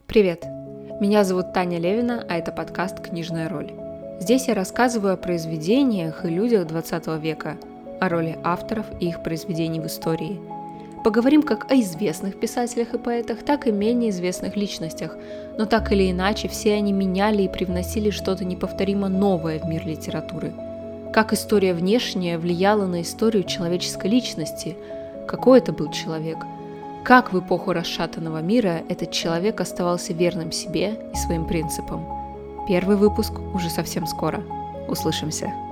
Привет! Меня зовут Таня Левина, а это подкаст «Книжная роль». Здесь я рассказываю о произведениях и людях 20 века, о роли авторов и их произведений в истории. Поговорим как о известных писателях и поэтах, так и менее известных личностях, но так или иначе все они меняли и привносили что-то неповторимо новое в мир литературы. Как история внешняя влияла на историю человеческой личности, какой это был человек, как в эпоху расшатанного мира этот человек оставался верным себе и своим принципам. Первый выпуск уже совсем скоро. Услышимся!